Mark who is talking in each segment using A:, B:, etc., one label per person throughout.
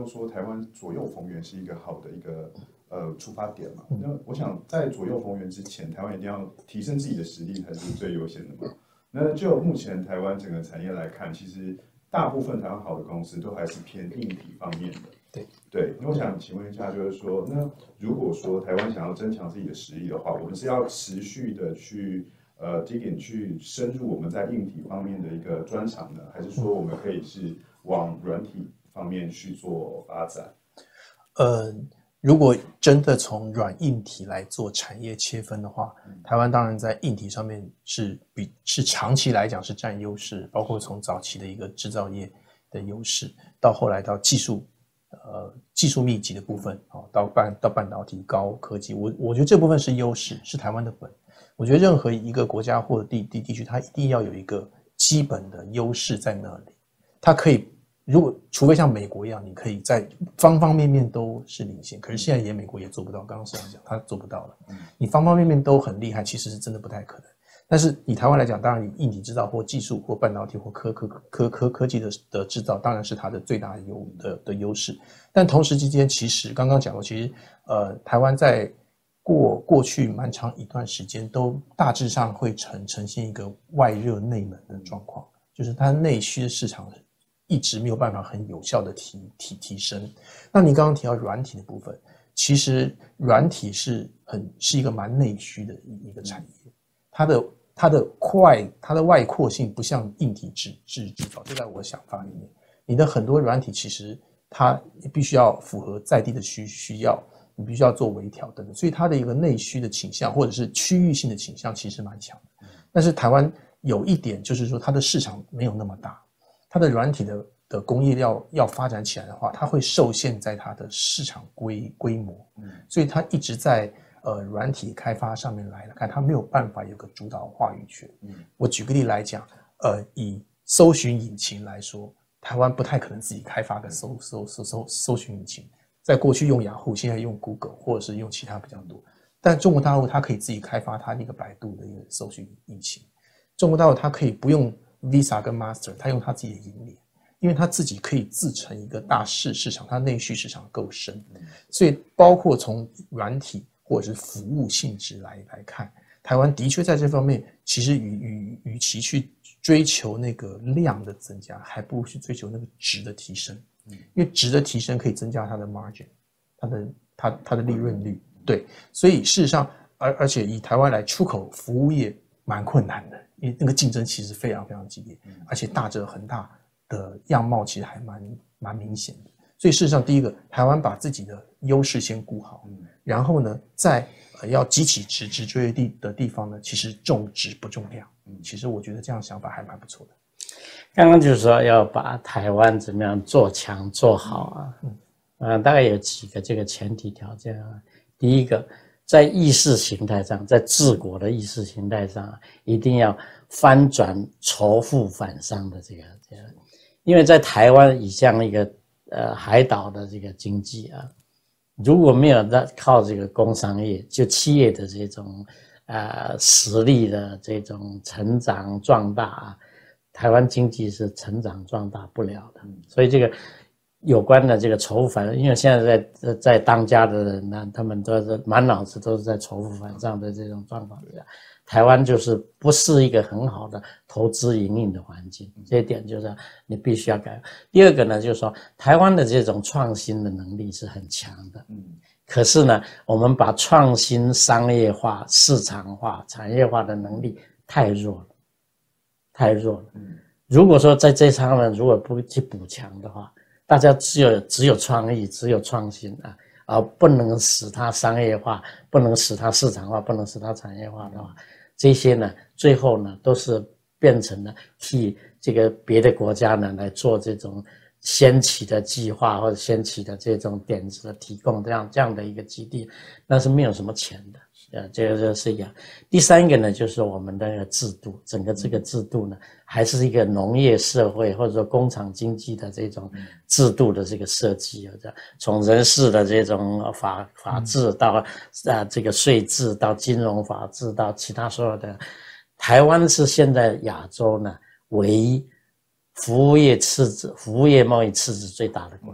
A: 都说台湾左右逢源是一个好的一个出发点嘛。那我想在左右逢源之前，台湾一定要提升自己的实力才是最优先的嘛。那就目前台湾整个产业来看，其实大部分台湾好的公司都还是偏硬体方面的。对，那我想请问一下，就是说，那如果说台湾想要增强自己的实力的话，我们是要持续的去去深入我们在硬体方面的一个专长呢，还是说我们可以是往软体方面去做发展？
B: 如果真的从软硬体来做产业切分的话，台湾当然在硬体上面是长期来讲是占优势，包括从早期的一个制造业的优势，到后来到技术密集的部分，到半导体高科技，我觉得这部分是优势，是台湾的本。我觉得任何一个国家或者地区，它一定要有一个基本的优势在那里，它可以。除非像美国一样，你可以在方方面面都是领先，可是现在美国也做不到。刚刚市长讲，他做不到了。你方方面面都很厉害，其实是真的不太可能。但是以台湾来讲，当然你硬体制造或技术或半导体或科技的制造，当然是它的最大的优势。但同时之间，其实刚刚讲过，其实台湾在过去蛮长一段时间，都大致上会呈现一个外热内冷的状况，就是它内需的市场一直没有办法很有效的提升。那你刚刚提到软体的部分，其实软体是一个蛮内需的一个产业，它的外扩性不像硬体制造，这在我的想法里面，你的很多软体其实它必须要符合在地的需要，你必须要做微调等等，所以它的一个内需的倾向或者是区域性的倾向其实蛮强的。但是台湾有一点就是说，它的市场没有那么大。它的软体的工业要发展起来的话，它会受限在它的市场规模，所以它一直在软体开发上面来看，它没有办法有个主导话语权。我举个例来讲，以搜寻引擎来说，台湾不太可能自己开发个搜寻引擎，在过去用雅虎，现在用 Google 或者是用其他比较多，但中国大陆它可以自己开发它那个百度的一个搜寻引擎，中国大陆它可以不用Visa 跟 Master， 他用他自己的银联，因为他自己可以自成一个大市场，他内需市场够深，所以包括从软体或者是服务性质来看，台湾的确在这方面，其实与其去追求那个量的增加，还不如去追求那个值的提升，因为值的提升可以增加它的 margin， 它的利润率，对，所以事实上，而且以台湾来出口服务业蛮困难的。因为那个竞争其实非常非常激烈，而且大者恒大的样貌其实还蛮明显的。所以事实上，第一个，台湾把自己的优势先顾好，然后呢，在要急起直追的地方呢，其实重质不重量。其实我觉得这样想法还蛮不错的。
C: 刚刚就是说要把台湾怎么样做强做好啊，大概有几个这个前提条件啊。第一个，在意识形态上，在治国的意识形态上，一定要翻转仇富反商的这个，因为在台湾以这样一个海岛的这个经济啊，如果没有靠这个工商业，就企业的这种实力的这种成长壮大啊，台湾经济是成长壮大不了的。所以这个有关的这个仇富反商，因为现在在当家的人呢，他们都是满脑子都是在仇富反商的这种状况下，台湾就是不是一个很好的投资营运的环境，这一点就是你必须要改。第二个呢，就是说台湾的这种创新的能力是很强的，可是呢，我们把创新商业化、市场化、产业化的能力太弱了。如果说在这方面如果不去补强的话，大家只有创意，只有创新而不能使它商业化，不能使它市场化，不能使它产业化的话，这些呢，最后呢，都是变成了替这个别的国家呢来做这种先期的计划或者先期的这种点子的提供，这样的一个基地，那是没有什么钱的。这个就是一样。第三个呢，就是我们的制度，整个这个制度呢，还是一个农业社会或者说工厂经济的这种制度的这个设计，从人事的这种法制到这个税制，到金融法制，到其他所有的，台湾是现在亚洲呢唯一服务业贸易赤字最大的国家。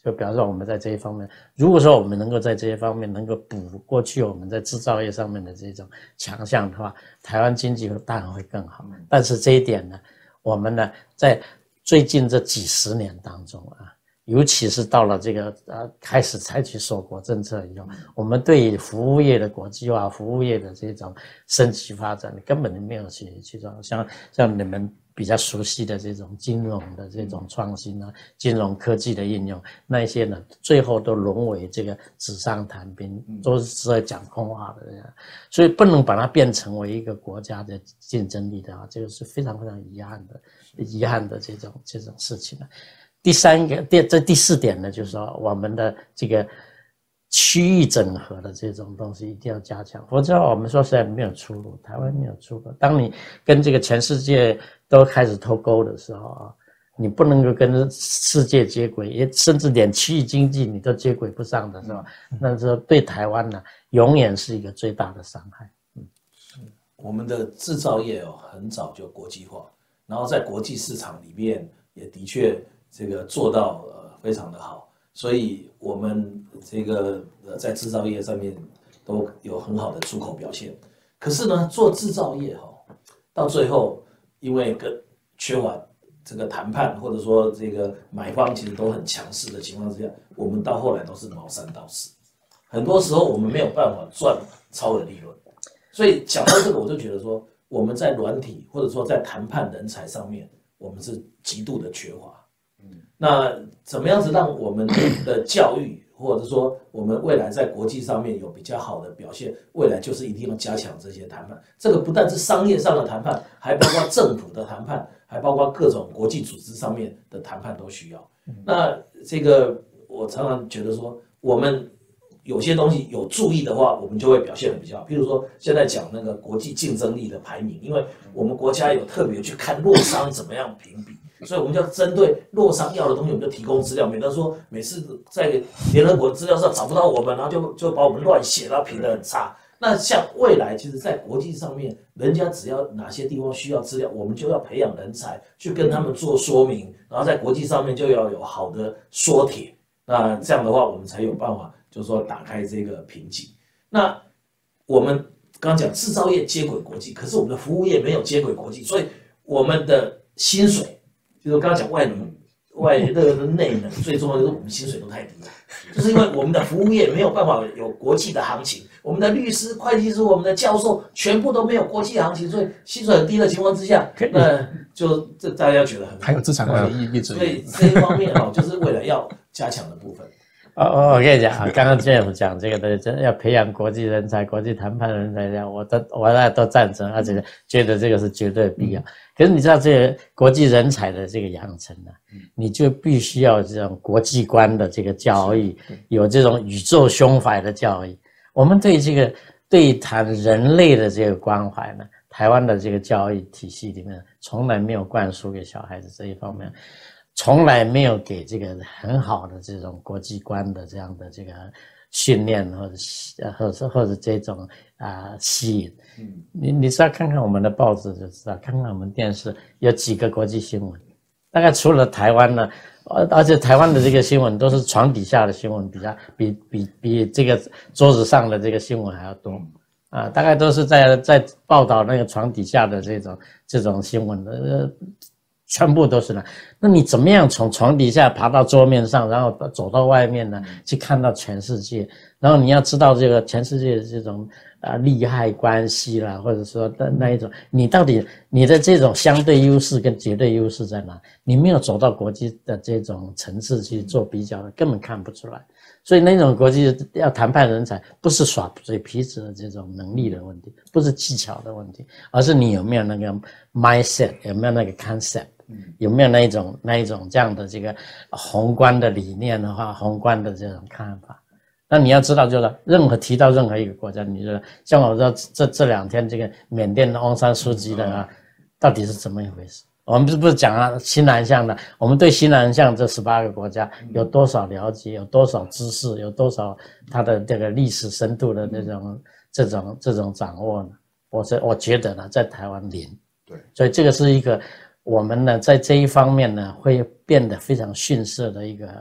C: 就表示我们在这一方面，如果说我们能够在这些方面能够补过去我们在制造业上面的这种强项的话，台湾经济当然会更好。但是这一点呢，我们呢在最近这几十年当中啊，尤其是到了这个开始采取锁国政策以后，我们对服务业的国际化、服务业的这种升级发展根本就没有去做，像你们比较熟悉的这种金融的这种创新啊，金融科技的应用，那些呢，最后都沦为这个纸上谈兵，都是在讲空话的这样，所以不能把它变成为一个国家的竞争力的话，这个是非常非常遗憾的这种事情了。第四点呢，就是说我们的这个区域整合的这种东西一定要加强，否则我们说实在没有出路，台湾没有出路。当你跟这个全世界都开始脱钩的时候啊，你不能够跟世界接轨，也甚至连区域经济你都接轨不上的时候，那这对台湾呢，永远是一个最大的伤害。
D: 我们的制造业很早就国际化，然后在国际市场里面也的确这个做到非常的好，所以我们这个在制造业上面都有很好的出口表现。可是呢，做制造业到最后因为缺乏这个谈判，或者说这个买方其实都很强势的情况之下，我们到后来都是毛三到四，很多时候我们没有办法赚超额利润。所以讲到这个，我就觉得说我们在软体或者说在谈判人才上面，我们是极度的缺乏。那怎么样子让我们的教育，或者说我们未来在国际上面有比较好的表现，未来就是一定要加强这些谈判。这个不但是商业上的谈判，还包括政府的谈判，还包括各种国际组织上面的谈判都需要。那这个我常常觉得说，我们有些东西有注意的话，我们就会表现得比较好。譬如说现在讲那个国际竞争力的排名，因为我们国家有特别去看洛商怎么样评比。所以我们就针对洛商要的东西，我们就提供资料，免得说每次在联合国资料上找不到我们，然后就把我们乱写，然后评得很差。那像未来，其实在国际上面，人家只要哪些地方需要资料，我们就要培养人才去跟他们做说明，然后在国际上面就要有好的说帖。那这样的话，我们才有办法，就是说打开这个瓶颈。那我们刚刚讲制造业接轨国际，可是我们的服务业没有接轨国际，所以我们的薪水。就是我刚刚讲外的内能，最重要的是我们薪水都太低了，就是因为我们的服务业没有办法有国际的行情，我们的律师、会计师、我们的教授全部都没有国际行情，所以薪水很低的情况之下，那就这大家觉得很
B: 还有资产管理业者，
D: 所以这一方面就是未来要加强的部分。
C: 我跟你讲啊，刚刚 Jeff 讲这个的，真要培养国际人才、国际谈判人才，我都赞成，而且觉得这个是绝对必要。可是你知道这个国际人才的这个养成呢，你就必须要这种国际观的这个教育，有这种宇宙胸怀的教育。我们对这个对谈人类的这个关怀呢，台湾的这个教育体系里面从来没有灌输给小孩子这一方面。从来没有给这个很好的这种国际观的这样的这个训练，或者这种吸引。你只要看看我们的报纸就知道，看看我们电视有几个国际新闻，大概除了台湾呢，而且台湾的这个新闻都是床底下的新闻，比这个桌子上的这个新闻还要多啊，大概都是在报道那个床底下的这种新闻的。全部都是呢，那你怎么样从床底下爬到桌面上，然后走到外面呢？去看到全世界，然后你要知道这个全世界的这种利害关系啦，或者说那一种，你到底你的这种相对优势跟绝对优势在哪？你没有走到国际的这种层次去做比较的，根本看不出来。所以那种国际要谈判人才，不是耍嘴皮子的这种能力的问题，不是技巧的问题，而是你有没有那个 mindset， 有没有那个 concept。有没有那一种这样的这个宏观的理念的话，宏观的这种看法？那你要知道，就是提到任何一个国家，你就像我知道这两天这个缅甸的翁山书记的到底是怎么一回事？我们不是讲新南向的，我们对新南向这18个国家有多少了解，有多少知识，有多少它的这个历史深度的这种掌握呢？我觉得呢，在台湾零。
A: 对，
C: 所以这个是一个。我们呢，在这一方面呢，会变得非常逊色的一个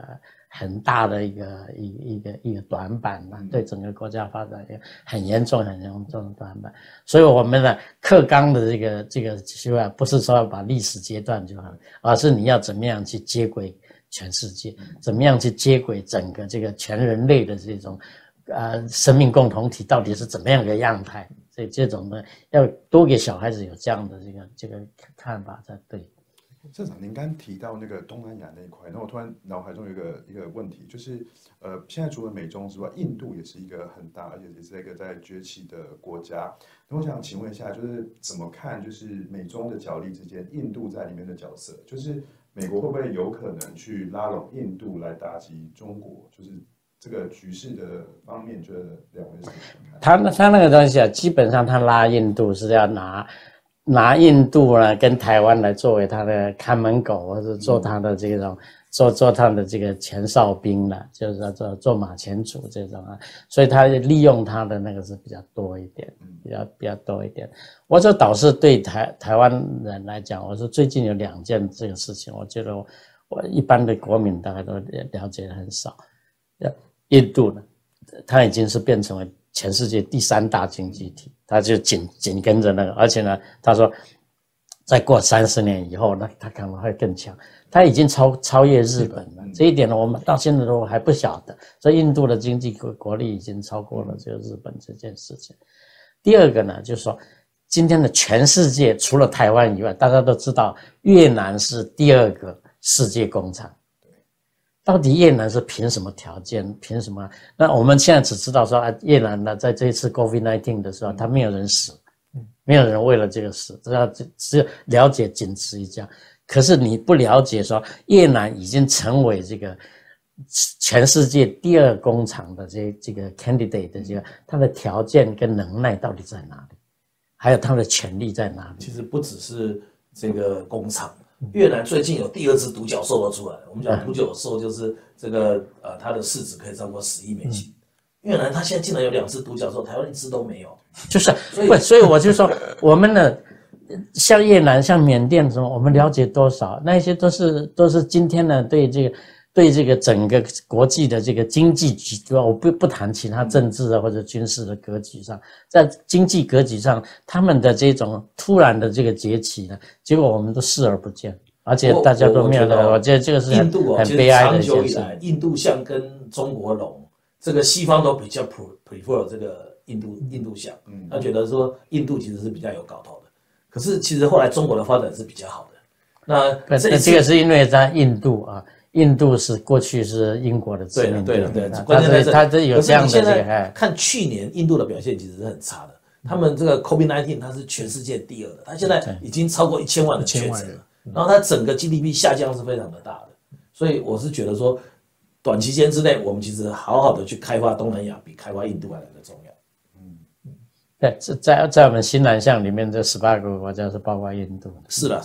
C: 很大的一个短板嘛，对整个国家发展一个很严重的短板。所以我们的课纲的这个修改，不是说要把历史阶段就好，而是你要怎么样去接轨全世界，怎么样去接轨整个这个全人类的这种生命共同体到底是怎么样的样态。所以这种呢，要多给小孩子有这样的这个看法才对。
A: 社长，您刚提到那个东南亚那一块，那我突然脑海中有一个问题，就是现在除了美中之外，印度也是一个很大，而且也是一个在崛起的国家。那我想请问一下，就是怎么看，就是美中的角力之间，印度在里面的角色，就是美国会不会有可能去拉拢印度来打击中国？就是这个局势的方面，觉得两位是怎么看？
C: 他那个东西啊，基本上他拉印度是要拿印度呢跟台湾来作为他的看门狗，或者做他的这种做他的这个前哨兵了，就是做马前卒这种啊，所以他利用他的那个是比较多一点，比较多一点。我说倒是对台湾人来讲，我说最近有2件这个事情，我觉得我一般的国民大概都了解的很少。印度呢，它已经是变成为全世界第3大经济体，它就紧跟着那个，而且呢，他说再过30年以后呢，它可能会更强，它已经超越日本了。这一点呢，我们到现在都还不晓得，所以印度的经济国力已经超过了这个日本这件事情。第二个呢，就是说今天的全世界除了台湾以外，大家都知道越南是第2个世界工厂。到底越南是凭什么条件？凭什么？那我们现在只知道说越南呢，在这一次 COVID-19 的时候，他没有人死，没有人为了这个死，只有了解仅此一家。可是你不了解说，越南已经成为这个全世界第2工厂的这个 candidate 的这个，它的条件跟能耐到底在哪里？还有它的权利在哪里？
D: 其实不只是这个工厂。越南最近有第2只独角兽都出来了。我们讲独角兽就是这个它的市值可以超过10亿美金。越南它现在竟然有2只独角兽，台湾1只都没有。
C: 就是，所以我就说，我们的像越南、像缅甸什么，我们了解多少？那些都是今天呢对这个整个国际的这个经济局，我不谈其他政治或者军事的格局上，在经济格局上，他们的这种突然的这个崛起呢，结果我们都视而不见，而且大家都没有我觉得这个是很悲哀的一件事。
D: 长久以来，印度像跟中国拢，这个西方都比较 prefer 这个印度像，他觉得说印度其实是比较有搞头的。可是其实后来中国的发展是比较好的。那
C: 这个是因为在印度啊。印度是过去是英国的殖民地，
D: 对，关键在这。
C: 它这有这样的这
D: 个。看去年印度的表现其实是很差的，他们这个 COVID-19 它是全世界第2的，它现在已经超过1000万的确诊了，然后它整个 GDP 下降是非常的大的，所以我是觉得说，短期间之内我们其实好好的去开发东南亚，比开发印度还来的重要。
C: 对，在我们新南向里面，这18个国家是包括印度的。
D: 是的。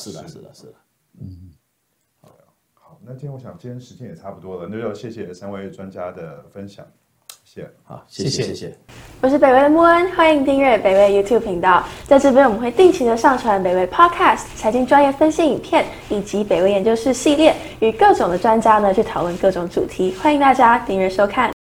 A: 那我想今天时间也差不多了，那就谢谢3位专家的分享，谢谢。
D: 好，谢谢。
E: 我是北威的穆恩，欢迎订阅北威 YouTube 频道，在这边我们会定期的上传北威 Podcast 财经专业分析影片，以及北威研究室系列，与各种的专家呢去讨论各种主题，欢迎大家订阅收看。